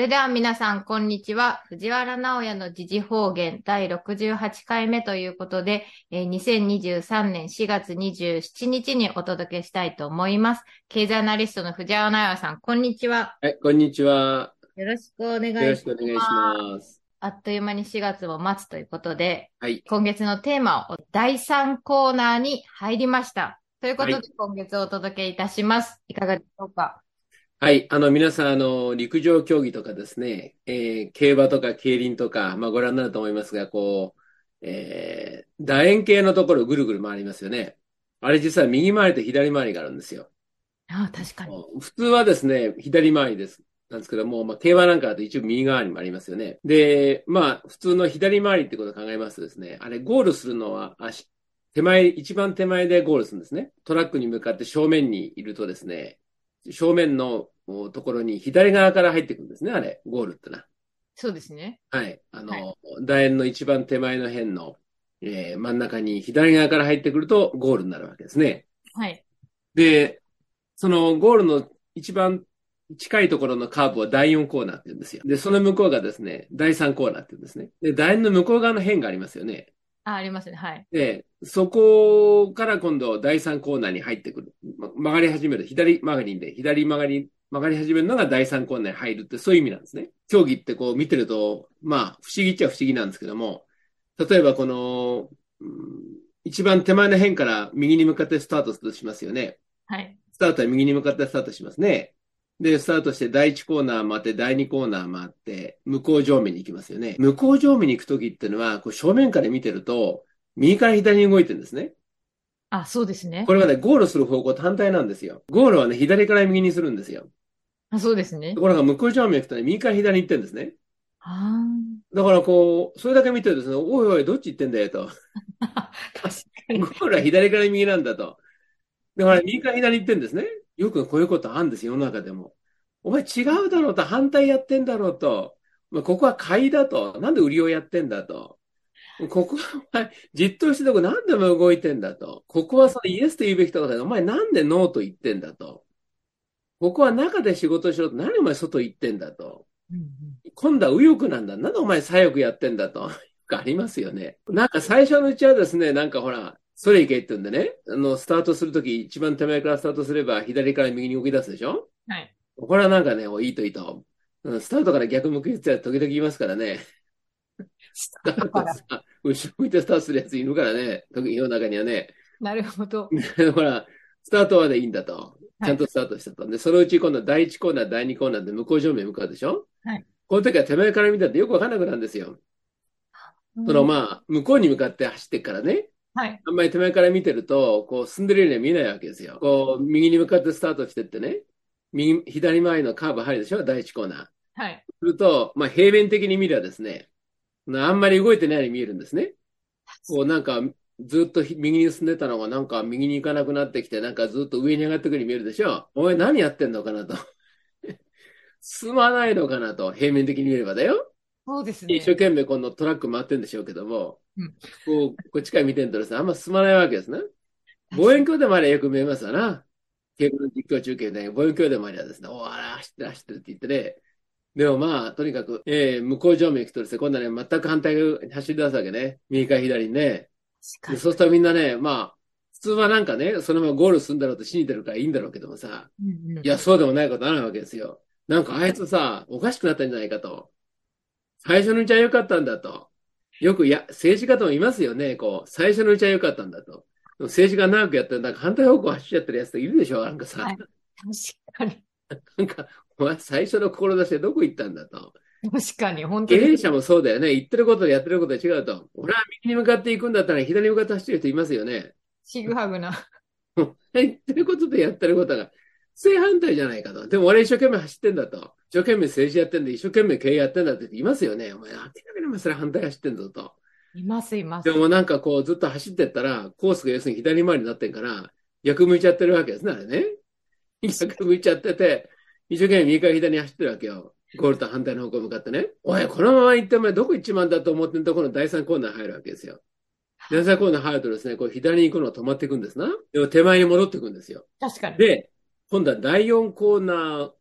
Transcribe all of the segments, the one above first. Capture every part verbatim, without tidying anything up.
れでは皆さん、こんにちは。藤原直也の時事方言だいろくじゅうはちかいめということで、えーにせんにじゅうさんねんしがつにじゅうしちにちにお届けしたいと思います。経済アナリストの藤原直也さん、こんにちは。 はい、こんにちは。 よろしくお願よろしいしまくお願いしす。 ます。 あっという間にしがつも待つということで、 はい。 今月のテーマをだいさんコーナーに入りました。というこはい。 とで、今月お届けいたします。いかがでしょうか？ はい。あの、皆さん、あの、陸上競技とかですね、えー競馬とか競輪とか、まあ、ご覧になると思いますが、こう、えー楕円形のところをぐるぐる回りますよね。あれ実は右回りと左回りがあるんですよ。 ああ、確かに。 普通はですね、左回りです。なんですけども、まあ、競馬なんかだと一応右側にもありますよね。で、まあ、普通の左回りってことを考えますとですね、あれ、ゴールするのは、足、手前、一番手前でゴールするんですね。トラックに向かって正面にいるとですね、正面のおところに左側から入ってくるんですね、あれ、ゴールってのは。 そうですね。 はい。あはい。 の、楕円の一番手前の辺の、えー真ん中に左側から入ってくるとゴールになるわけですね。 はい。 で、そのゴールの一番近いところのカーブをだいよんコーナーって言うんですよ。で、その向こうがですね、だいさんコーナーって言うんですね。で、楕円の向こう側の辺がありますよね。 あ、ありますね。はい。 で、そこから今度だいさんコーナーに入ってくる。ま曲がり始める。左曲がりで、左曲がり、曲がり始めるのがだいさんコーナーに入るってそういう意味なんですね。競技ってこう見てると、まあ不思議っちゃ不思議なんですけども、例えばこの、うん一番手前の辺から右に向かってスタートするとしますよね。 はい。 スタートは右に向かってスタートしますね。で、スタートしてだいいちコーナー回って、だいにコーナー回って、向こう上面に行きますよね。向こう上面に行くときっていうのは、こう正面から見てると、右から左に動いてるんですね。 あ、そうですね。 これはね、ゴールする方向と反対なんですよ。ゴールはね、左から右にするんですよ。 あ、そうですね。 ところが向こう正面行くとね、右から左に行ってるんですね。 あだからこう、それだけ見てるとですね、おいおい、どっち行ってんだよと。 あ。確かゴに。 ールは左から右なんだと。だから右から左行ってんですね。よくこういうことあるんです、世の中でも。お前違うだろうと、反対やってんだろうと。まあここは買いだと。なんで売りをやってんだと。ここはお前、じっとしてるとこなんでも動いてんだと。ここはそのイエスと言うべきところだお前なんでノーと言ってんだと。ここは中で仕事しろと。何お前外行ってんだと。 うんうん。 今度は右翼なんだ。なんでお前左翼やってんだと。よくありますよね。なんか最初のうちはですね、なんかほら、それ行けって言うんでね、あの、スタートするとき、一番手前からスタートすれば、左から右に動き出すでしょ。 はい。 これはなんかね、おいいといいと。うんスタートから逆向くやつは時々いますからね。スター後から。 トさ、後ろ向いてスタートするやついるからね。特に世の中にはね。 なるほど。 ほら、スタートまでいいんだと。ちはい。 ゃんとスタートしたと。で、そのうち今度だいいちコーナー、だいにコーナーで向こう正面向かうでしょ。 はい。 この時は手前から見たってよくわかんなくなるんですよ。そのうん。 まあ、向こうに向かって走ってっからね。 はい。 あんまり手前から見てると、こう進んでるようには見えないわけですよ。こう、右に向かってスタートしてってね。右、左回りのカーブ入るでしょだいいちコーナー。 はい。 すると、まあ、平面的に見ればですね、あんまり動いてないように見えるんですね。こう、なんか、ずっと右に進んでたのが、なんか右に行かなくなってきて、なんかずっと上に上がってくるように見えるでしょ。お前何やってんのかなと。進まないのかなと。平面的に見ればだよ。 そうです一生ね。 懸命このトラック回ってるんでしょうけども、 うん。 こう、こっちから見てるとですね、あんま進まないわけですね。望遠確か鏡でもあればよく見えますわな。ケーブル実況中継で、望遠鏡でもあればですね、おーあら、走ってる走ってるって言ってね。でもまあ、とにかく、えー向こう正面行くとですね、今度はね、全く反対側に走り出すわけね。右から左にね。で、 に。 そうするとみんなね、まあ、普通はなんかね、そのままゴールするんだろうと信じてるからいいんだろうけどもさ、 うんうん。 いや、そうでもないことあるわけですよ。なんかあいつさ、おかしくなったんじゃないかと。最初のうちは良かったんだと。よくや、政治家ともいますよね。こう、最初のうちは良かったんだと。でも政治家長くやってるなんか反対方向走っちゃってるやつといるでしょなんかさ。 はい。確かに。 なんか、お前最初の志でどこ行ったんだと。 確かに。本当です。 経営者もそうだよね。言ってることとやってることは違うと。俺は右に向かっていくんだったら左に向かって走ってる人いますよね。 ちぐはぐな。 言ってることとやってることが正反対じゃないかと。でも俺一生懸命走ってんだと。一生懸命政治やってんで、一生懸命経営やってんだって言いますよね。お前、明らかにお前それ反対走ってんぞと。 います、います。 でもなんかこうずっと走ってったら、コースが要するに左回りになってんから、逆向いちゃってるわけですね、あれね。逆向いちゃってて、一生懸命右から左に走ってるわけよ。ゴールと反対の方向向かってね。おい、このまま行ってお前どこ行っちまうんだと思ってんところのだいさんコーナー入るわけですよ。だいさんコーナー入るとですね、こう左に行くのが止まっていくんですな。でも手前に戻っていくんですよ。 確かに。 で、今度はだいよんコーナー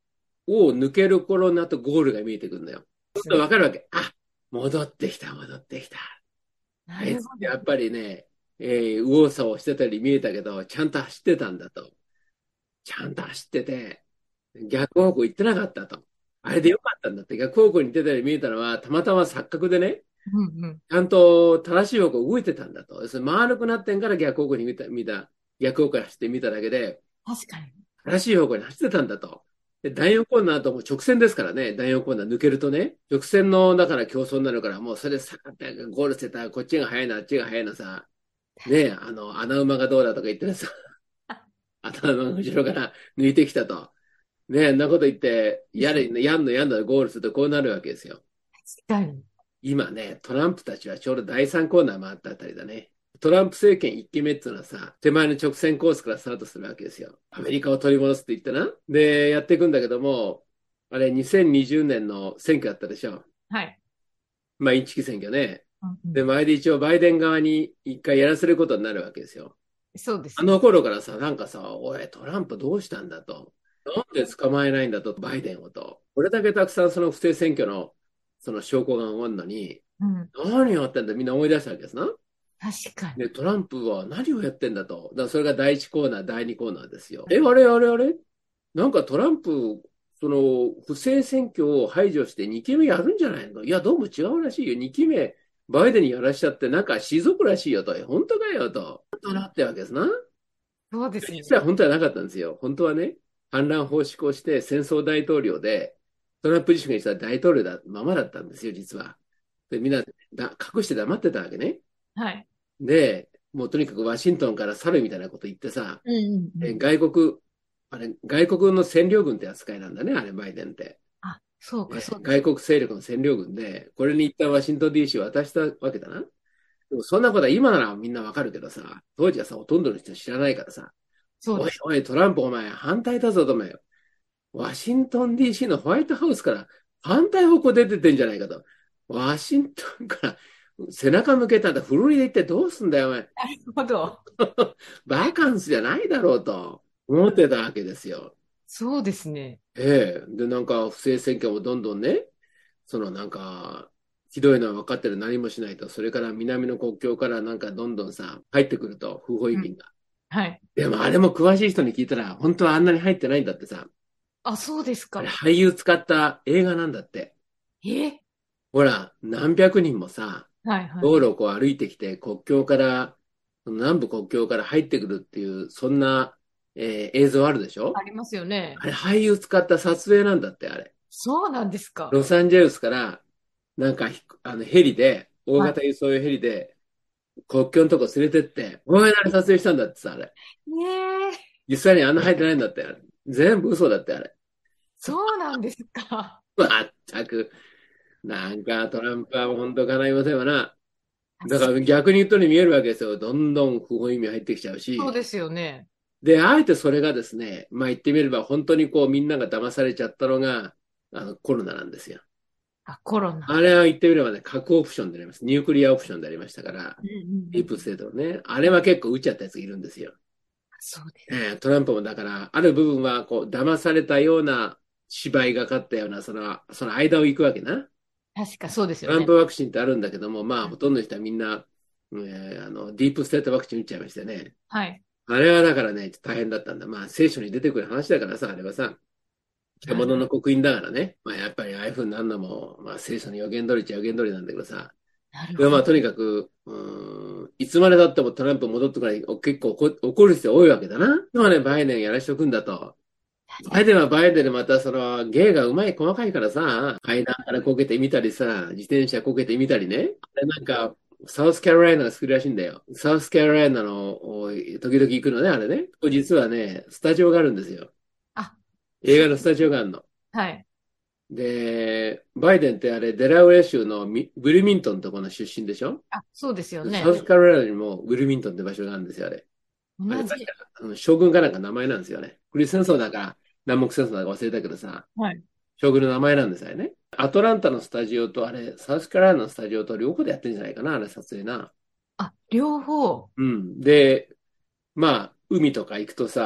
を抜ける頃になるとゴールが見えてくるんだよ。ちょっとわかるわけ。あ、戻ってきた、戻ってきた。あいつなるほど。 やっぱりね、えー右往左往してたり見えたけど、ちゃんと走ってたんだと。ちゃんと走ってて、逆方向行ってなかったと。あれでよかったんだって。逆方向に行ってたり見えたのは、たまたま錯覚でね、 うんうん。 ちゃんと正しい方向動いてたんだと。それ丸くなってんから逆方向に見た、見た、逆方向に走ってみただけで、 確かに。 正しい方向に走ってたんだと。で、だいよんコーナーとも直線ですからね、だいよんコーナー抜けるとね、直線の、だから競争になるから、もうそれでさってゴールしてたら、こっちが速いな、あっちが速いなさ、ねえ、あの、穴馬がどうだとか言ってさ、頭の後ろから抜いてきたと。ねえ、んなこと言って、やれ、やんのやんのでゴールするとこうなるわけですよ。 確かに。 今ね、トランプたちはちょうどだいさんコーナー回ったあたりだね。トランプ政権いっきめっていうのはさ、手前の直線コースからスタートするわけですよ。アメリカを取り戻すって言ってな。で、やっていくんだけども、あれ、にせんにじゅうねんの選挙だったでしょ。 はい。 まあ、インチキ選挙ね。で、 うんうん。 前で一応バイデン側に一回やらせることになるわけですよ。あそうですね。 の頃からさ、なんかさ、おい、トランプどうしたんだと。なんで捕まえないんだと、バイデンをと。これだけたくさんその不正選挙のその証拠が終わるのに、 うん。 何やってんだみんな思い出したわけですな。 確かに。 で、トランプは何をやってんだと。だからそれがだいいちコーナー、だいにコーナーですよ。え、あれあれあれなんかトランプ、その不正選挙を排除してにきめやるんじゃないのいや、どうも違うらしいよ。にきめバイデンにやらしちゃって、なんか退くらしいよと。本当かよと。となってわけですな。 そうですね。 実は本当はなかったんですよ。本当はね、反乱法を施行して戦争大統領で、トランプ自身が実は大統領だままだったんですよ、実は。で、みんなだ隠して黙ってたわけね。 はい。 で、もうとにかくワシントンから去るみたいなこと言ってさ、 うんうんうえん。 外国、あれ、外国の占領軍って扱いなんだね、あれ、バイデンって。 あ、そうか、 えそうです。 外国勢力の占領軍で、これに一旦ワシントン ディーシー を渡したわけだな。でもそんなことは今ならみんなわかるけどさ、当時はさ、ほとんどの人知らないからさ、 そうです。 おいおい、トランプお前反対だぞとお前、ワシントン ディーシー のホワイトハウスから反対方向出てってんじゃないかと。ワシントンから背中向けたんだ、フロリダ行ってどうすんだよ、お前。 なるほど。 バカンスじゃないだろうと思ってたわけですよ。 そうですね。 ええ。で、なんか不正選挙もどんどんね、そのなんか、ひどいのは分かってる何もしないと、それから南の国境からなんかどんどんさ、入ってくると、不法移うん。 民が。 はい。 でもあれも詳しい人に聞いたら、本当はあんなに入ってないんだってさ、 あ、そうですあれか。 俳優使った映画なんだって。 えほら、何百人もさ、 はいはい。 道路をこう歩いてきて、国境から、南部国境から入ってくるっていう、そんな、えー映像あるでしょ。 ありますよね。 あれ俳優使った撮影なんだって、あれ。 そうなんですか。 ロサンゼルスから、なんかひあのヘリで、大は型輸送用ヘリで、国境のとこ連れてって、お前ら撮影したんだってさ、あれ。 い。ねえ、 実際にあんな入ってないんだって、あれ。全部嘘だって、あれ。 そうなんですか。 まったく、なんかトランプは本当かないませんわな。だかそら逆に言うとに見えるわけですよ。どんどん不本意味入ってきちゃうし。 そうですよね。 で、あえてそれがですね、まあ言ってみれば本当にこうみんなが騙されちゃったのが、あのコロナなんですよ。 あ、コロナ。 あれは言ってみればね、核オプションであります。ニュークリアオプションでありましたから、 うんうんうん。 ディープステートのね、あれは結構打っちゃったやついるんですよ。 そうです。 えートランプもだから、ある部分はこう騙されたような芝居がかったような、その、その間を行くわけな。 確かそうですトランよね。 プワクチンってあるんだけども、まあ、 うん。 ほとんどの人はみんな、えーあの、ディープステートワクチン打っちゃいましてね。 はい。 あれはだからね、大変だったんだ。まあ、聖書に出てくる話だからさ、あれはさ、 なる獣の刻印だからね。まあ、やっぱりああいう風になるのも、まあ、聖書の予言通りっちゃ予言通りなんだけどさ。でもまあ、 なるほど。 とにかく、うーん、いつまで経ってもトランプ戻ってこない、お結構怒怒る人多いわけだな。でもね、バイデンやらしとくんだと。バイデンはバイデンでまたその芸がうまい細かいからさ、階段からこけてみたりさ、自転車こけてみたりね。あれなんか、サウスカロライナが好きらしいんだよ。サウスカロライナのお時々行くのね、あれね。実はね、スタジオがあるんですよ。 あ、そう。 映画のスタジオがあるの。 はい。 で、バイデンってあれ、デラウェア州のミブルミントンのところの出身でしょ。 あ、そうですよサウね。 スカロライナにもウィルミントンって場所があるんですよ、あれ。あれ、確同じ。 か、あの将軍かなんか名前なんですよね。クリス戦争だか、南北戦争だか忘れたけどさ、 はい。 将軍の名前なんですよね。アトランタのスタジオと、あれ、サウスカロライナのスタジオと両方でやってるんじゃないかな、あれ、撮影な。 あ、両方。 うん。で、まあ、海とか行くとさ、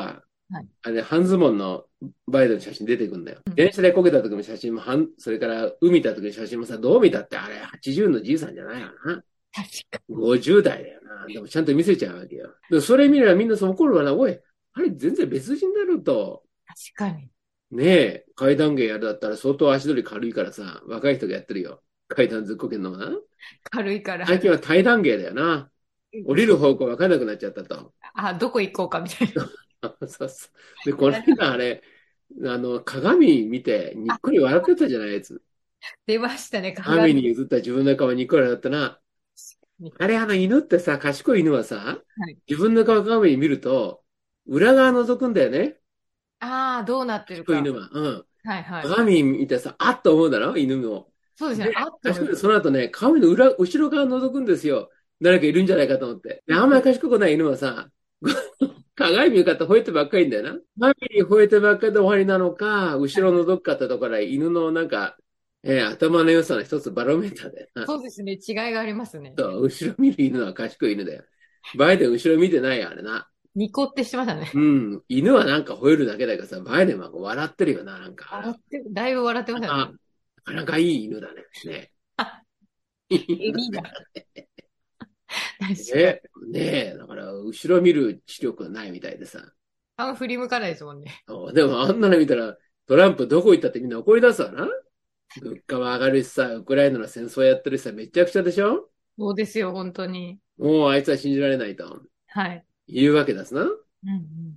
はい。 あれ、半ズボンのバイデンの写真出てくるんだよ。 うん。 電車でこけた時の写真も、半それから海見た時の写真もさ、どう見たってあれ、はちじゅうのじいさんじゃないよな。 確かに。 ごじゅう代だよな。でもちゃんと見せちゃうわけよ。でそれ見ればみんなそう怒るわな。おい、あれ全然別人だろと。 確かに。 ねえ、階段芸やるだったら相当足取り軽いからさ、若い人がやってるよ。階段ずっこけんのもな。 軽いから。 最近は対談芸だよな。降りるそう。 方向わかんなくなっちゃったと。 あ、どこ行こうかみたいな。 そうそう。で、この間あれ、あの、鏡見て、にっあ、 こり笑ってたじゃない、あいつ。 出ましたね、 鏡鏡。 に映った自分の顔にっこり笑ったな。あれ、あの犬ってさ、賢い犬はさ、 はい。 自分の顔鏡に見ると、裏側覗くんだよね。 ああ、どうなってるか。 賢い犬は。うん。 はいはい。 鏡見てさ、あっと思うだろ犬も。 そうですね。 で、 あって思い賢い犬ます。 その後ね、鏡の裏、後ろ側覗くんですよ。誰かいるんじゃないかと思って。で、あんまり賢くない犬はさ、鏡見るかって吠えてばっかりんだよな。鏡に吠えてばっかりで終わりなのか、後ろのどっかってところから犬のなんか、えー頭の良さの一つバロメーターだよな。 そうですね。違いがありますね。 そう、後ろ見る犬は賢い犬だよ。バイデン後ろ見てないよ、あれな。 ニコってしてましたね。 うん。犬はなんか吠えるだけだけどさ、バイデンはこう笑ってるよな、なんか。あら、 笑って、だいぶ笑ってましたあ、 ね。 なかなかいい犬だね。ね。 あ、 いい犬だエビだ。確かに。 ね。ねえ。だから、後ろ見る知力がないみたいでさ。 あんま振り向かないですもんね。 そうでもあんなの見たら、トランプどこ行ったってみんな怒り出すわな。物価は上がるしさ、ウクライナの戦争やってるしさ、めちゃくちゃでしょ。 そうですよ、本当に。 もうあいつは信じられないとはい。 いうわけですな。 うんうん。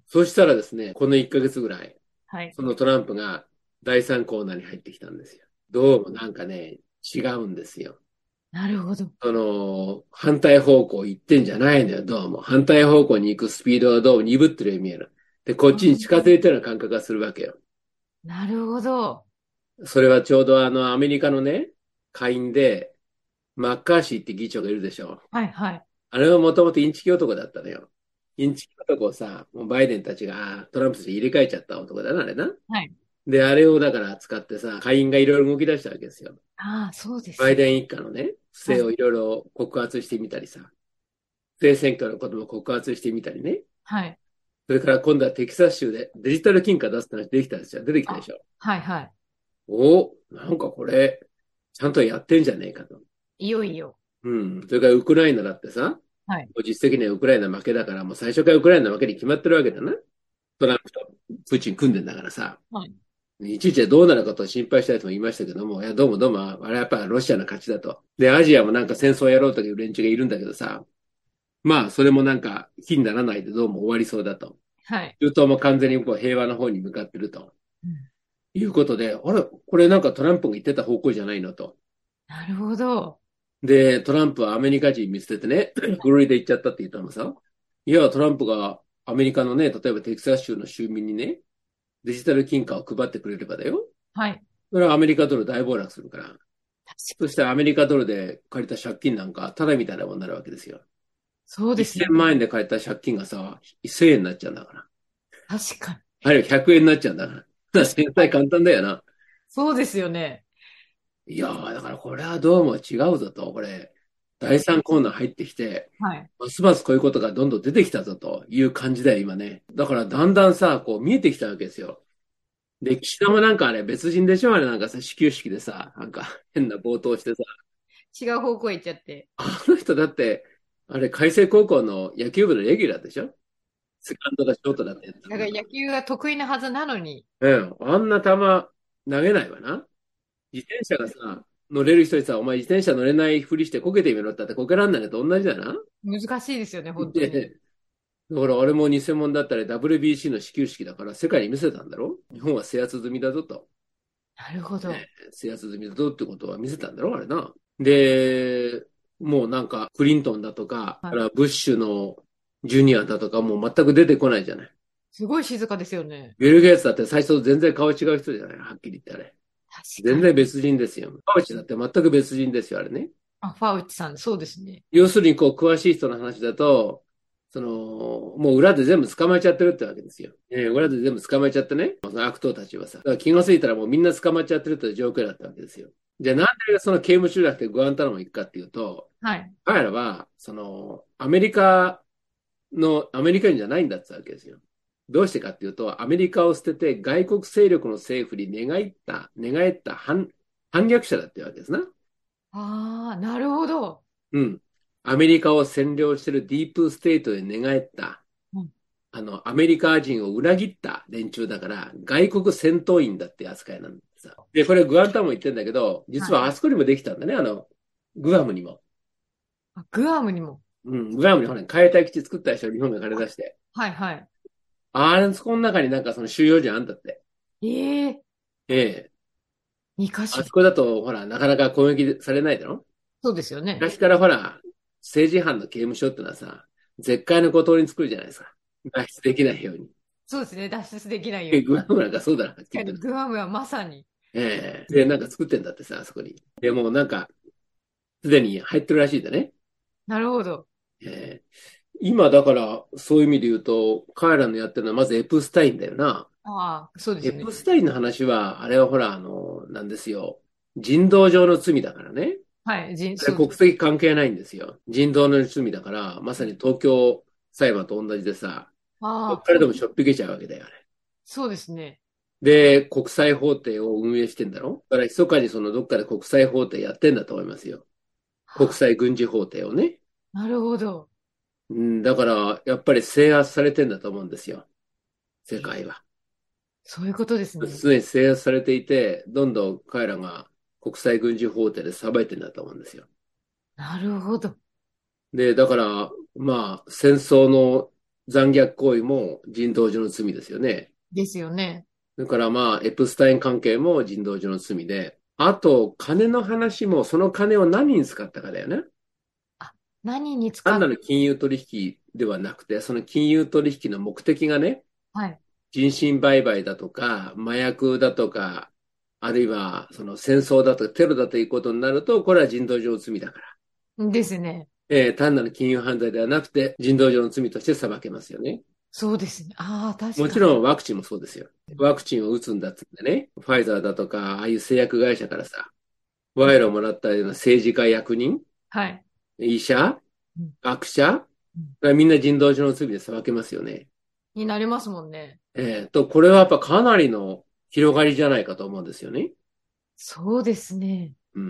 そしたらですね、このいっかげつぐらい、 はい。 そのトランプがだいさんコーナーに入ってきたんですよ。どうもなんかね、違うんですよ。 なるほど。 その、反対方向行ってんじゃないのよ、どうも。反対方向に行くスピードはどうも鈍ってるように見える。で、こっちに近づいてるような感覚がするわけよ。 なるほど。 それはちょうどあの、アメリカのね、下院で、マッカーシーって議長がいるでしょ。 はいはい。 あれはもともとインチキ男だったのよ。インチキ男をさ、もうバイデンたちがあトランプ氏入れ替えちゃった男だな、あれな。 はい。 で、あれをだから使ってさ、下院がいろいろ動き出したわけですよ。 ああ、そうですよ。 バイデン一家のね、不はい。 正をいろいろ告発してみたりさ、不正選挙のことも告発してみたりね。 はい。 それから今度はテキサス州でデジタル金貨出すって話できたでしょ。出てきたであ、 しょ。 はいはい。 お、なんかこれ、ちゃんとやってんじゃねえかと。 いよいよ。 うん。それからウクライナだってさ、 はい。 実質的にはウクライナ負けだから、もう最初からウクライナ負けに決まってるわけだな。トランプとプーチン組んでんだからさ。 はい。 いちいちどうなることを心配したいとも言いましたけども、いや、どうもどうも、あれはやっぱりロシアの勝ちだと。で、アジアもなんか戦争をやろうという連中がいるんだけどさ、まあ、それもなんか気にならないでどうも終わりそうだと。 はい。 中東も完全にこう平和の方に向かってるとうん。 いうことで、あれ、これなんかトランプが言ってた方向じゃないのと。 なるほど。 で、トランプはアメリカ人見捨ててね、フロリダ行っちゃったって言ったのさ。いや、トランプがアメリカのね、例えばテキサス州の州民にね、デジタル金貨を配ってくれればだよ。 はい。 それはアメリカドル大暴落するから。 確かに。 そしたらアメリカドルで借りた借金なんか、ただみたいなもんになるわけですよ。 そうですよ 1000万ね。 円で借りた借金がさ、せんえんになっちゃうんだから。 確かに。 あるいはひゃくえんになっちゃうんだから。だから確かに。 繊細簡単だよな。 そうですよね。 いやー、だからこれはどうも違うぞと。これ、だいさんコーナー入ってきて、 はい。 ますますこういうことがどんどん出てきたぞという感じだよ、今ね。だからだんだんさ、こう見えてきたわけですよ。で、岸田もなんかあれ別人でしょあれなんかさ、始球式でさ、なんか変な冒頭してさ、 違う方向へ行っちゃって。 あの人だって、あれ海星高校の野球部のレギュラーでしょ。セカンドがショートだってやったの。 だから野球が得意なはずなのに。 うん、あんな球投げないわな。自転車がさ、乗れる人にさ、お前自転車乗れないふりしてこけてみろって言ったってこけらんないのと同じだな。 難しいですよね、本当に。 で、だからあれも偽物だったり ダブリュービーシー の始球式だから世界に見せたんだろ。日本は制圧済みだぞと。 なるほど。 制圧済みだぞってことは見せたんだろあれな。で、もうなんかクリントンだとか、 はい。 からブッシュのジュニアだとかもう全く出てこないじゃない。 すごい静かですよね。 ビル・ゲイツだって最初と全然顔違う人じゃないはっきり言ってあれ。 確かに。 全然別人ですよ。カウチだって全く別人ですよ、あれね。 あ、ファウチさん、そうですね。 要するに、こう、詳しい人の話だと、その、もう裏で全部捕まえちゃってるってわけですよ。えー裏で全部捕まえちゃってね、その悪党たちはさ。だから気がついたらもうみんな捕まっちゃってるって状況だったわけですよ。じゃあなんでその刑務所じゃなくてグアンタナモ行くかっていうと、 はい。 彼らは、その、アメリカの、アメリカ人じゃないんだってわけですよ。 どうしてかっていうと、アメリカを捨てて外国勢力の政府に寝返った、寝返った反、反逆者だっていうわけですな。 ああ、なるほど。 うん。アメリカを占領しているディープステートで寝返った、 うん。 あの、アメリカ人を裏切った連中だから、外国戦闘員だっていう扱いなんですよ。で、これグアンタモ言ってんだけど、実はい。 はあそこにもできたんだね、あの、グアムにも。 あ、グアムにも。 うん、グアムにほら、海隊基地作った人、日本が金出して。 はいはい。 あれ、そこの中になんかその収容所あんだって。 ええ、 ええ。 二箇所。 あそこだと、ほら、なかなか攻撃されないだろ。 そうですよね。 昔からほら、政治犯の刑務所ってのはさ、絶海の孤島に作るじゃないですか。脱出できないように。 そうですね。脱出できないようえ、 に。 グアムなんかそうだな、はっきり確かに言って。 グアムはまさに。 ええ。で、なんか作ってんだってさ、あそこに。で、もうなんか、すでに入ってるらしいんだね。 なるほど。 ええ。今、だから、そういう意味で言うと、彼らのやってるのはまずエプスタインだよな。 ああ、そうですよね。 エプスタインの話は、あれはほら、あの、なんですよ。人道上の罪だからね。 はい。じ、 あれそうです。 国籍関係ないんですよ。人道の罪だから、まさに東京裁判と同じでさ、どっああ、 からでもしょっぴけちゃうわけだよ、あれ。 そうですね。 で、国際法廷を運営してんだろ。だから、密かにそのどっかで国際法廷やってんだと思いますよ。国はあ、 際軍事法廷をね。 なるほど。 うん、だから、やっぱり制圧されてんだと思うんですよ。世え、 界は。 そういうことですね。 すでに制圧されていて、どんどん彼らが国際軍事法廷で裁いてんだと思うんですよ。 なるほど。 で、だから、まあ、戦争の残虐行為も人道上の罪ですよね。 ですよね。 だからまあ、エプスタイン関係も人道上の罪で、あと、金の話も、その金を何に使ったかだよね。 あ、何に使う。 単なる金融取引ではなくて、その金融取引の目的がね、 はい。 人身売買だとか、麻薬だとか、あるいはその戦争だとかテロだということになると、これは人道上の罪だから。 ですね。 えー単なる金融犯罪ではなくて、人道上の罪として裁けますよね。 そうですね。ああ、確かもちろんワクチンもそうですよ。ワクチンを打つんだっつってね、ファイザーだとか、ああいう製薬会社からさ、賄賂をもらったような政治家役人、 はい。 医者、 うん。 学者うん。 がみんな人道上の罪で裁けますよね。 になりますもんね。 えーと、これはやっぱかなりの広がりじゃないかと思うんですよね。 そうですね。 うん。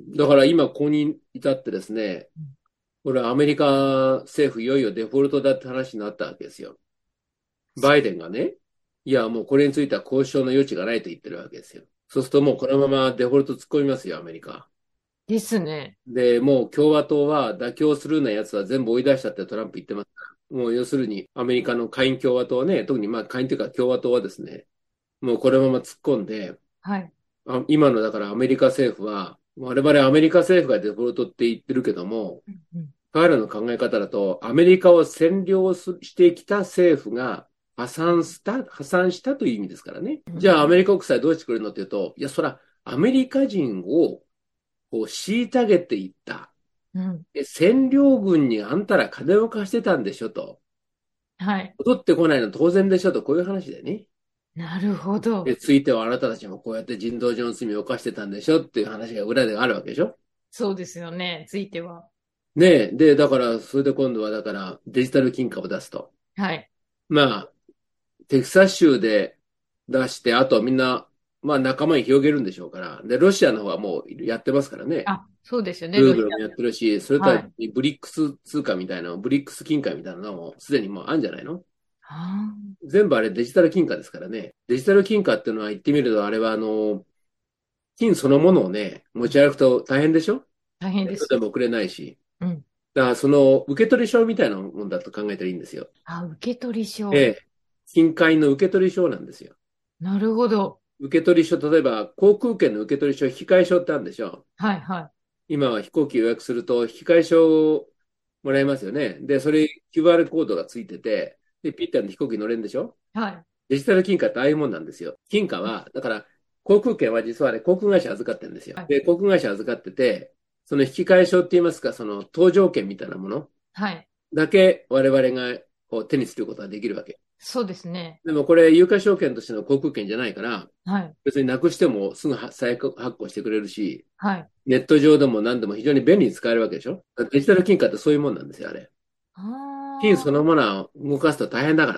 だから今ここに至ってですね、 うん。 これはアメリカ政府いよいよデフォルトだって話になったわけですよ。バイデンがね、いやもうこれについては交渉の余地がないと言ってるわけですよ。そうするともうこのままデフォルト突っ込みますよ、アメリカ。 ですね。 で、もう共和党は妥協するようなやつは全部追い出したってトランプ言ってますから。もう要するにアメリカの下院共和党はね、特にまあ下院というか共和党はですね、もうこのまま突っ込んで、 はい。 あ今のだからアメリカ政府は、我々アメリカ政府がデフォルトって言ってるけども、 うんうん。 彼らの考え方だと、アメリカを占領すしてきた政府が破産した、破産したという意味ですからね。じゃあアメリカ国債どうしてくれるのっていうと、いや、そら、アメリカ人をこう虐げていった。 うん。 で占領軍にあんたら金を貸してたんでしょと。 はい。 戻ってこないの当然でしょと、こういう話でね。 なるほど。 で、ついてはあなたたちもこうやって人道上の罪を犯してたんでしょっていう話が裏であるわけでしょ。 そうですよね。ついては。 ねえ。で、だから、それで今度はだからデジタル金貨を出すと。 はい。 まあ、テキサス州で出して、あとはみんな、まあ仲間に広げるんでしょうから。で、ロシアの方はもうやってますからね。 あ、そうですよね。ロシグーグルもやってるし、それア。 とははい。 ブリックス通貨みたいなの、ブリックス金貨みたいなのもすでにもうあるんじゃないの。 あ全部あれデジタル金貨ですからね。デジタル金貨っていうのは言ってみると、あれはあの、金そのものをね、持ち歩くと大変でしょ。 あ、大変です。 ネットでも送れないし。 うん。 だからその受取証みたいなもんだと考えたらいいんですよ。 あ、受取証。 ええ。金塊の受取証なんですよ。 なるほど。 受取証、例えば航空券の受取証、引換証ってあるんでしょ。 はい、は今は飛行機予約すると引換証をもらえますよね。で、それ キューアール コードがついてて、で、ピッタリ飛行機に乗れるんでしょ。 い。はい。 デジタル金貨ってああいうもんなんですよ。金貨は、だから、航空券は実はね、航空会社預かってるんですよ。 はい。 で、航空会社預かってて、その引き換え証って言いますか、その搭乗券みたいなものはい。 だけ我々がこう手にすることができるわけ。 そうですね。 でもこれ、有価証券としての航空券じゃないから、 はい。 別になくしてもすぐ再発行してくれるし、 はい。 ネット上でも何でも非常に便利に使えるわけでしょ。デジタル金貨ってそういうもんなんですよ、あれ。金そあのものを動かすと大変だからね。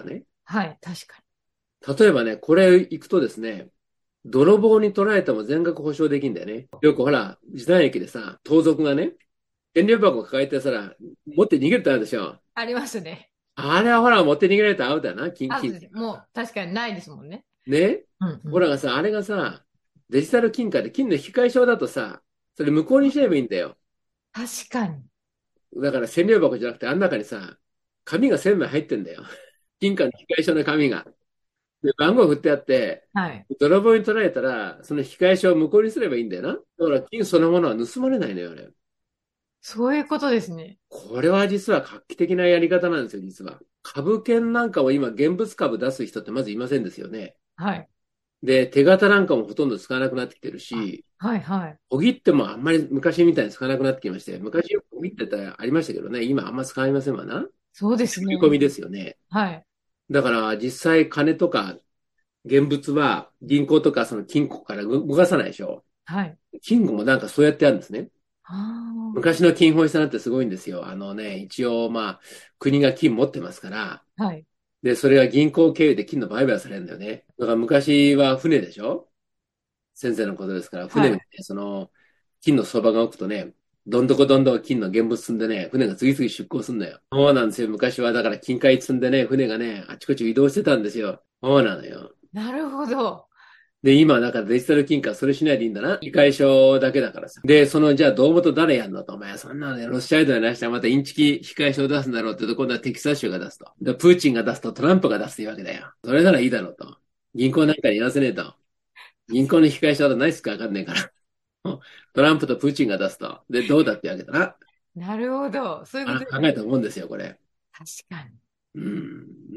はい、確か例えばね、これ行くとですね、泥棒に取られても全額保証できるんだよね。よくほら、時短駅でさ、盗賊がね、燃料箱を抱えてさ、持って逃げるってあるでしょ。 ありますね。 あれはほら、持って逃げられたらアウトだな、金、 あ、 金。 もう確かにないですもんね。 ね。 うんうん。 ほらがさ、あれがさ、デジタル金貨で金の引換証だとさ、それ無効にしちゃえばいいんだよ。 確かに。 だから千両箱じゃなくて、あん中にさ、紙が千枚入ってんだよ。金貨の引換証の紙が。で、番号振ってあって、 はい。 泥棒に取られたら、その引換証を無効にすればいいんだよな。だから金そのものは盗まれないのよ、あれ。 そういうことですね。 これは実は画期的なやり方なんですよ、実は。株券なんかを今、現物株出す人ってまずいませんですよね。 はい。 で、手形なんかもほとんど使わなくなってきてるあ、 し、 はいはい。 小切手もあんまり昔みたいに使わなくなってきまして、昔よく小切手ってありましたけどね、今あんま使いませんわな。 そうですね。 振り込みですよね。 はい。 だから実際金とか現物は銀行とかその金庫から動かさないでしょ。 はい。 金庫もなんかそうやってあるんですね。 あ昔の金本位さんってすごいんですよ。あのね、一応まあ国が金持ってますから、 あ。はい。 で、それが銀行経由で金の売買されるんだよね。だから昔は船でしょ。先生のことですから、船にね、 はい。 その、金の相場が置くとね、どんどこどんどん金の現物積んでね、船が次々出港するんだよ。そうなんですよ。昔はだから金塊積んでね、船がね、あちこち移動してたんですよ。そうなのよ。 なるほど。 で、今、だからデジタル金貨、それしないでいいんだな。議会証だけだからさ。で、その、じゃあ、胴元誰やんのと。お前、そんなのね、ロスチャイルドに出したらまたインチキ控え証を出すんだろうって言うと、今度はテキサス州が出すと。で、プーチンが出すとトランプが出すというわけだよ。それならいいだろうと。銀行なんかに言わせねえと。銀行の控え証だと何すかわかんねえから。トランプとプーチンが出すと。で、どうだってわけだな。 なるほど。そういうこあとですね。 考えたもんですよ、これ。 確かに。 うん。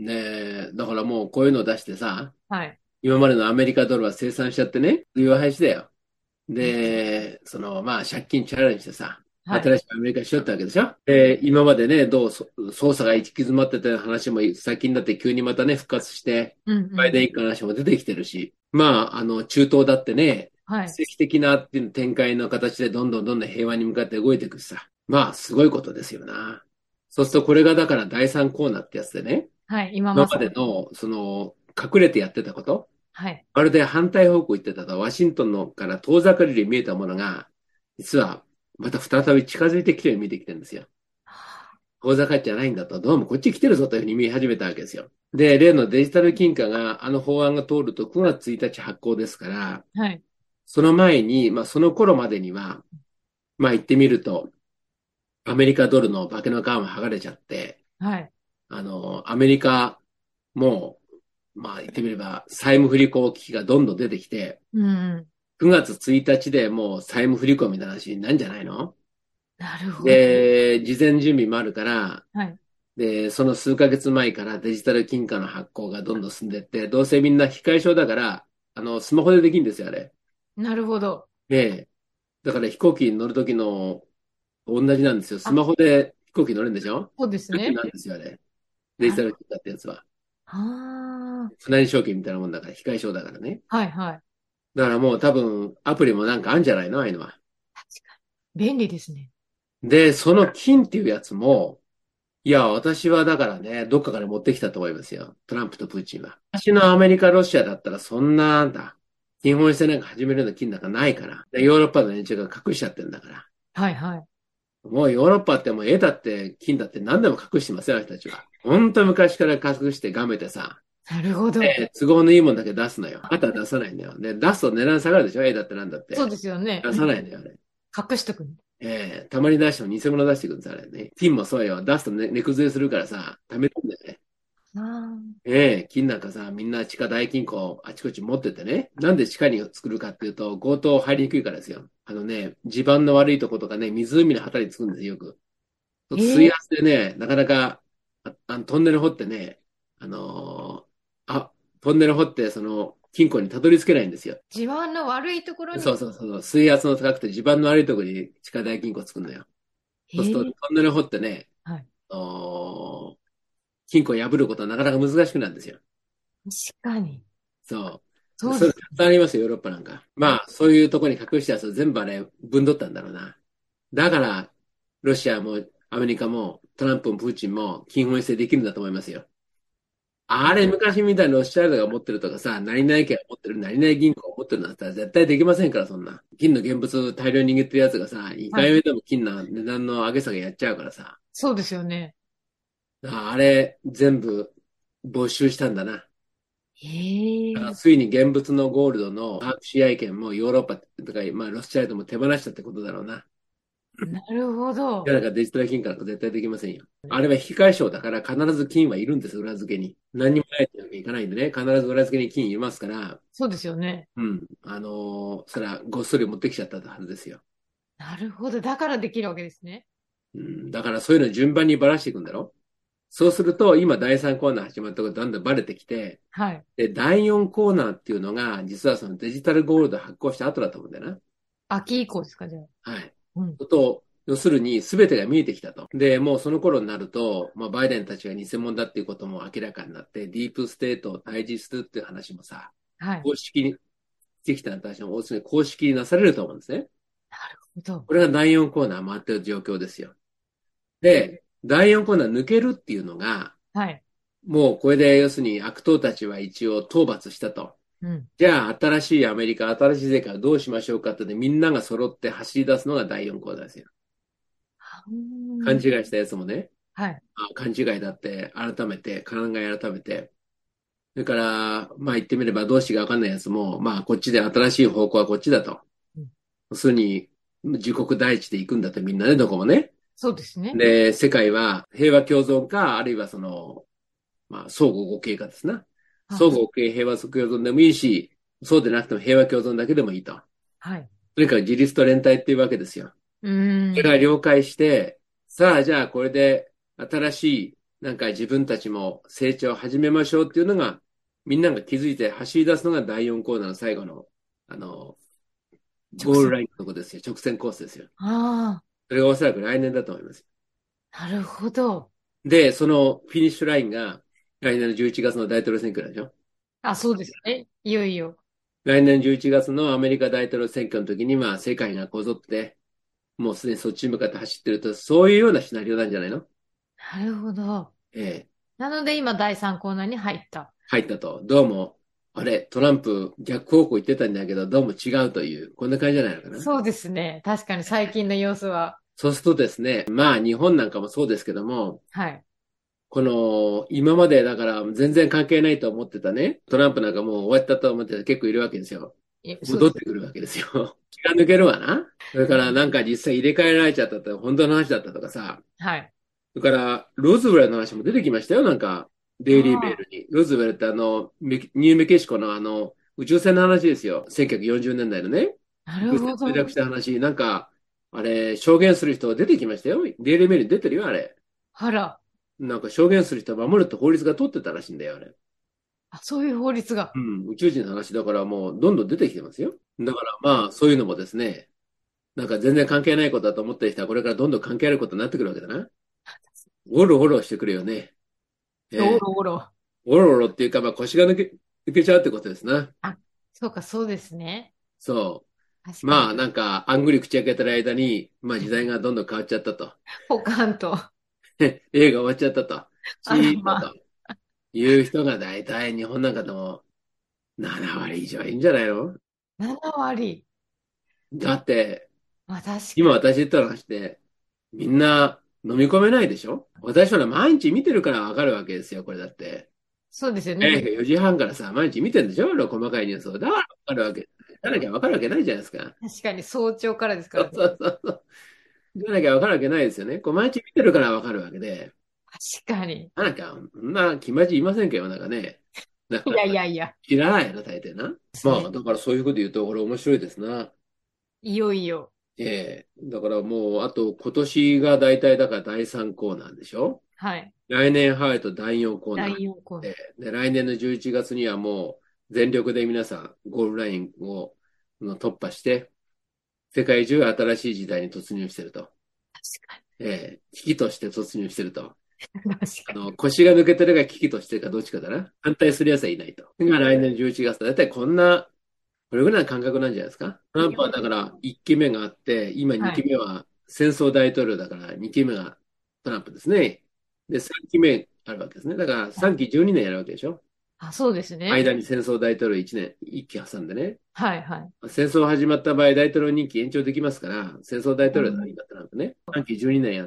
ねえ、だからもうこういうのを出してさ、 はい。 今までのアメリカドルは清算しちゃってね、いう話だよ。で、その、まあ、借金チャラにしてさ、 はい。 新しいアメリカにしよったわけでしょ。で、今までね、どうそ捜査が行き詰まってた話も最近になって急にまたね、復活して、 うんうん。 バイデン一家の話も出てきてるし、まあ、あの、中東だってね、 はい。 奇跡的なっていう展開の形でどんどんどんどん平和に向かって動いていくしさ。まあ、すごいことですよな。そうするとこれがだからだいさんコーナーってやつでね、 はい。今今ままさに。 での、その、隠れてやってたこと、 はい。 まるで反対方向行ってたと、ワシントンのから遠ざかるように見えたものが、実はまた再び近づいてきてるように見えてきてるんですよ。遠ざかっちゃないんだと、どうもこっち来てるぞというふうに見え始めたわけですよ。で、例のデジタル金貨が、あの法案が通るとくがつついたち発行ですから、 はい。 その前に、まあその頃までには、まあ言ってみると、アメリカドルの化けの皮も剥がれちゃって、 はい。 あの、アメリカも、まあ言ってみれば、債務不履行危機がどんどん出てきて、 うんうん。 くがつついたちでもう債務不履行みたいな話になるんじゃないの。 なるほど。 で、事前準備もあるから、 はい。 で、その数ヶ月前からデジタル金貨の発行がどんどん進んでいって、どうせみんな控え証だから、あの、スマホでできるんですよ、あれ。 なるほど。 で、だから飛行機に乗るときの同じなんですよ。スあ、 マホで飛行機乗るんでしょ。 そうですね。 便利なんですよ、あれ。デジなるタル金貨ってやつは。 あ船出証券みたいなもんだから、控え証だからね。 あ。はいはい。 だからもう多分、アプリもなんかあるんじゃないのああいうのは。 確かに。便利ですね。 で、その金っていうやつも、いや、私はだからね、どっかから持ってきたと思いますよ。トランプとプーチンは。昔のアメリカ、ロシアだったらそんな、なんだ、日本製なんか始めるような金なんかないから。でヨーロッパの連中が隠しちゃってるんだから。 はいはい。 もうヨーロッパってもう絵だって金だって何でも隠してますよ、あの人たちは。ほんと昔から隠してがめてさ、 なるほど。 え都合のいいもんだけ出すのよ。あとは出さないんだよ。で、出すと値段下がるでしょ絵だってなんだって。 そうですよね。 出さないんだよ、あれ。 隠しとく。 ええたまに出しても偽物出してくるんです、あれね。金もそうよ。出すとね、値崩れするからさ、貯めるんだよね。 ああ。 ええ、金なんかさ、みんな地下大金庫あちこち持っててね。なんで地下に作るかっていうと、強盗入りにくいからですよ。あのね、地盤の悪いとことかね、湖の旗につくんですよ、よく。水ええ、 圧でね、なかなか、あ、あのトンネル掘ってね、あのーあ、トンネル掘って、その、金庫にたどり着けないんですよ。 地盤の悪いところに。 そうそうそう。水圧の高くて地盤の悪いところに地下大金庫作るのよ。そうすると、 ええ、 トンネル掘ってね、 はい。 あのー金庫を破ることはなかなか難しくなるんですよ。 確かに。 そう。それ、 そうです。 たくさんありますよ、ヨーロッパなんか。まあ、そういうところに隠したやつを全部あれ、ぶんどったんだろうな。だから、ロシアもアメリカもトランプもプーチンも金本位制できるんだと思いますよ。 あれ、昔みたいにロスチャイルドが持ってるとかさ、何々家が持ってる、何々銀行が持ってるなんて絶対できませんから、そんな。金の現物大量に握ってるやつがさ、2 はい。 回目でも金の値段の上げ下げやっちゃうからさ。 そうですよね。 あれ、全部没収したんだな。だからへえ。 ついに現物のゴールドの把握支配権もヨーロッパとか、まあ、ロスチャイルドも手放したってことだろうな。 なるほど。 じゃなんかデジタル金なんか絶対できませんよ。あれは引き換え証だから必ず金はいるんです、裏付けに。何にもないってわけにいかないんでね、必ず裏付けに金いますから、 そうですよね。 うん。あのーそれはごっそり持ってきちゃったはずですよ。 なるほど。だからできるわけですね。 うん。だからそういうの順番にばらしていくんだろ。そうすると、今だいさんコーナー始まったことだんだんバレてきて、 はい。 で、だいよんコーナーっていうのが、実はそのデジタルゴールド発行した後だと思うんだよな。 秋以降ですか、じゃあ。 はい。 うん。 と、要するに全てが見えてきたと。で、もうその頃になると、まあ、バイデンたちが偽物だっていうことも明らかになって、ディープステートを退治するっていう話もさ、 はい。 公式にしてきた話も、要するに公式になされると思うんですね。 なるほど。 これがだいよんコーナー回ってる状況ですよ。で、だいよんコーナー抜けるっていうのが、 はい。 もうこれで要するに悪党たちは一応討伐したと。 うん。 じゃあ新しいアメリカ、新しい世界をどうしましょうかってでみんなが揃って走り出すのがだいよんコーナーですよ。 うーん。 勘違いしたやつもね、 はい。 あ勘違いだって改めて、考え改めて、それから、まあ言ってみればどうしてかわかんないやつも、まあこっちで新しい方向はこっちだと。 うん。 要するに自国第一で行くんだってみんなね、どこもね。 そうですね。 で、世界は平和共存か、あるいはその、まあ相互互恵かですな。 あ、 相互互恵平和共存でもいいし、そうでなくても平和共存だけでもいいと。 はい。 それから自立と連帯っていうわけですよ。 うーん。 それが了解して、さあじゃあこれで新しいなんか自分たちも成長を始めましょうっていうのが、みんなが気づいて走り出すのがだいよんコーナーの最後の、あの、 直線。 ゴールラインのとこですよ。直線コースですよ。 あそれがおそらく来年だと思います。 あ、なるほど。 で、そのフィニッシュラインが来年のじゅういちがつの大統領選挙なんでしょ。 あ、そうですね。いよいよ。 来年じゅういちがつのアメリカ大統領選挙の時には世界がこぞって、もうすでにそっちに向かって走ってると、そういうようなシナリオなんじゃないの。 なるほど。 ええ、 なので今だいさんコーナーに入った。 入ったと。どうも、あれ、トランプ逆方向行ってたんだけど、どうも違うという、こんな感じじゃないのかな。 そうですね。確かに最近の様子は。 そうするとですね、まあ日本なんかもそうですけども、 はい。 この、今までだから全然関係ないと思ってたね、トランプなんかもう終わったと思ってた結構いるわけですよ。 え、そうです。 戻ってくるわけですよ。気が抜けるわな。それからなんか実際入れ替えられちゃったって本当の話だったとかさ。 はい。 それからロズウェルの話も出てきましたよ。なんか、デイリーメーあルに。ロズウェルってあの、メキニューメキシコのあの、宇宙船の話ですよ。せんきゅうひゃくよんじゅうねんだいのね。 あ、な宇宙船墜るほど。 落した話。なんか、あれ、証言する人が出てきましたよ。デイリーメールに出てるよ、あれ。 あら。 なんか証言する人を守るって法律が通ってたらしいんだよ、あれ。 あ、そういう法律が。 うん、宇宙人の話だからもうどんどん出てきてますよ。だからまあ、そういうのもですね、なんか全然関係ないことだと思ってる人はこれからどんどん関係あることになってくるわけだな。おろおろしてくるよね。 おええ、 ろおろ。 おろおろっていうか、まあ腰が抜け、抜けちゃうってことですな。 あ、そうか、そうですね。 そう。 確かに。 まあなんか、あんぐり口開けてる間に、まあ時代がどんどん変わっちゃったと。 ポカンと。 映画終わっちゃったと。チあら、 ーッととまあ。 いう人が大体日本なんかでもなな割以上いいんじゃないの。 なな割。 だって、 まあ、確かに。 今私言った話って、みんな飲み込めないでしょ。私ほら毎日見てるからわかるわけですよ、これだって。 そうですよね。 ええ、よじはんからさ、毎日見てるんでしょ、細かいニュースを。だからわかるわけ。じゃなきゃわかるわけないじゃないですか。 確かに早朝からですからね。 そうそうそうそう。じゃなきゃわかるわけないですよね。こう毎日見てるからわかるわけで。 確かに。 なんか、そんな気まじいませんけど、なんかね。なかいやいなかやいや。 知らないよな、大抵な。まあ、 ですね。 だからそういうこと言うと、これ面白いですな。 いよいよ。 ええ、だからもう、あと今年が大体だからだいさんコーナーでしょ。 はい。 来年入るとだいよんコーナー。 だいよんコーナー。 で、で来年のじゅういちがつにはもう全力で皆さんゴールラインをの突破して、世界中新しい時代に突入してると。 確えー危機として突入してると。 かに。確かに。 あの、腰が抜けてるか危機としてるかどっちかだな。反対する奴はいないと。が来年じゅういちがつ、だいたいこんな、これぐらいの感覚なんじゃないですか。トランプはだからいっきめがあって、今2 はい。 期目は戦争大統領だからにきめがトランプですね。で、さんきめあるわけですね。だからさんきじゅうにねんやるわけでしょ。 あ、そうですね。 間に戦争大統領いちねん、いっき挟んでね。 はいはい。 戦争始まった場合、大統領任期延長できますから、戦争大統領だ、 うん、 今トランプね。さんきじゅうにねんやって、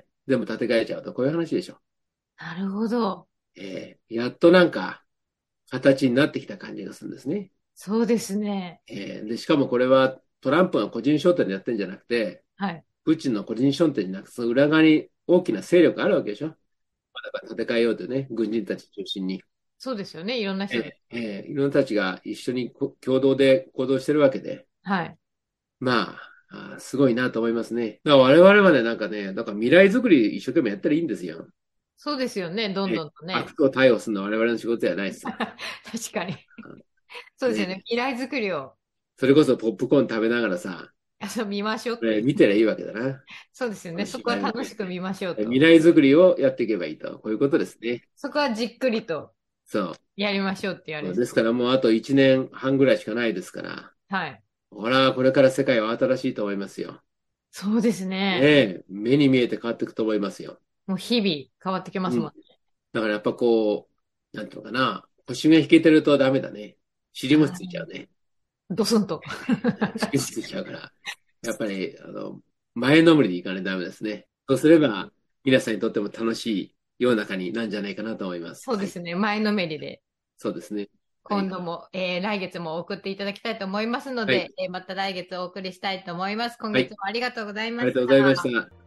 全部建て替えちゃうと、こういう話でしょ。 なるほど。 えーやっとなんか、形になってきた感じがするんですね。 そうですね。 えーで、しかもこれはトランプが個人商店でやってるんじゃなくて、 はい。 プーチンの個人商店じゃなくて、その裏側に大きな勢力があるわけでしょ。だから建て替えようとね、軍人たち中心に。 そうですよね。いろんな人が。 えーえーいろんな人たちが一緒にこ共同で行動してるわけで、 はい。 まあ、あーすごいなと思いますね。だから我々はね、なんかね、なんか未来づくり一生懸命やったらいいんですよ。 そうですよね。どんえどんとね。 悪を逮捕するのは我々の仕事じゃないですよ。 確かに。そうですよね。 ね。 未来づくりをそれこそポップコーン食べながらさ、 遊びましょうっこれていう。 見てりゃいいわけだな。 そうですよね。 このそこは芝居見て。 楽しく見ましょうと。 未来づくりをやっていけばいいと。こういうことですね。 そこはじっくりとそう。 やりましょうっていうあれです。 ですからもうあといちねんはんぐらいしかないですから、 はい。 ほら、これから世界は新しいと思いますよ。 そうですねね。 え、目に見えて変わっていくと思いますよ。 もう日々変わってきますもん。 うん。だからやっぱこう、なんていうのかな、腰が引けてるとダメだね。尻もついちゃうね。 ドスンと。 尻もついちゃうから、やっぱり、あの、前のめりでいかないとダメですね。そうすれば、皆さんにとっても楽しい世の中になんじゃないかなと思います。はい。 そうですね。前のめりで。 そうですね。はい。 今度も、えー来月も送っていただきたいと思いますのはい。 で、えーまた来月お送りしたいと思います。今はい。 月もありがとうございましありがとうございました。 た。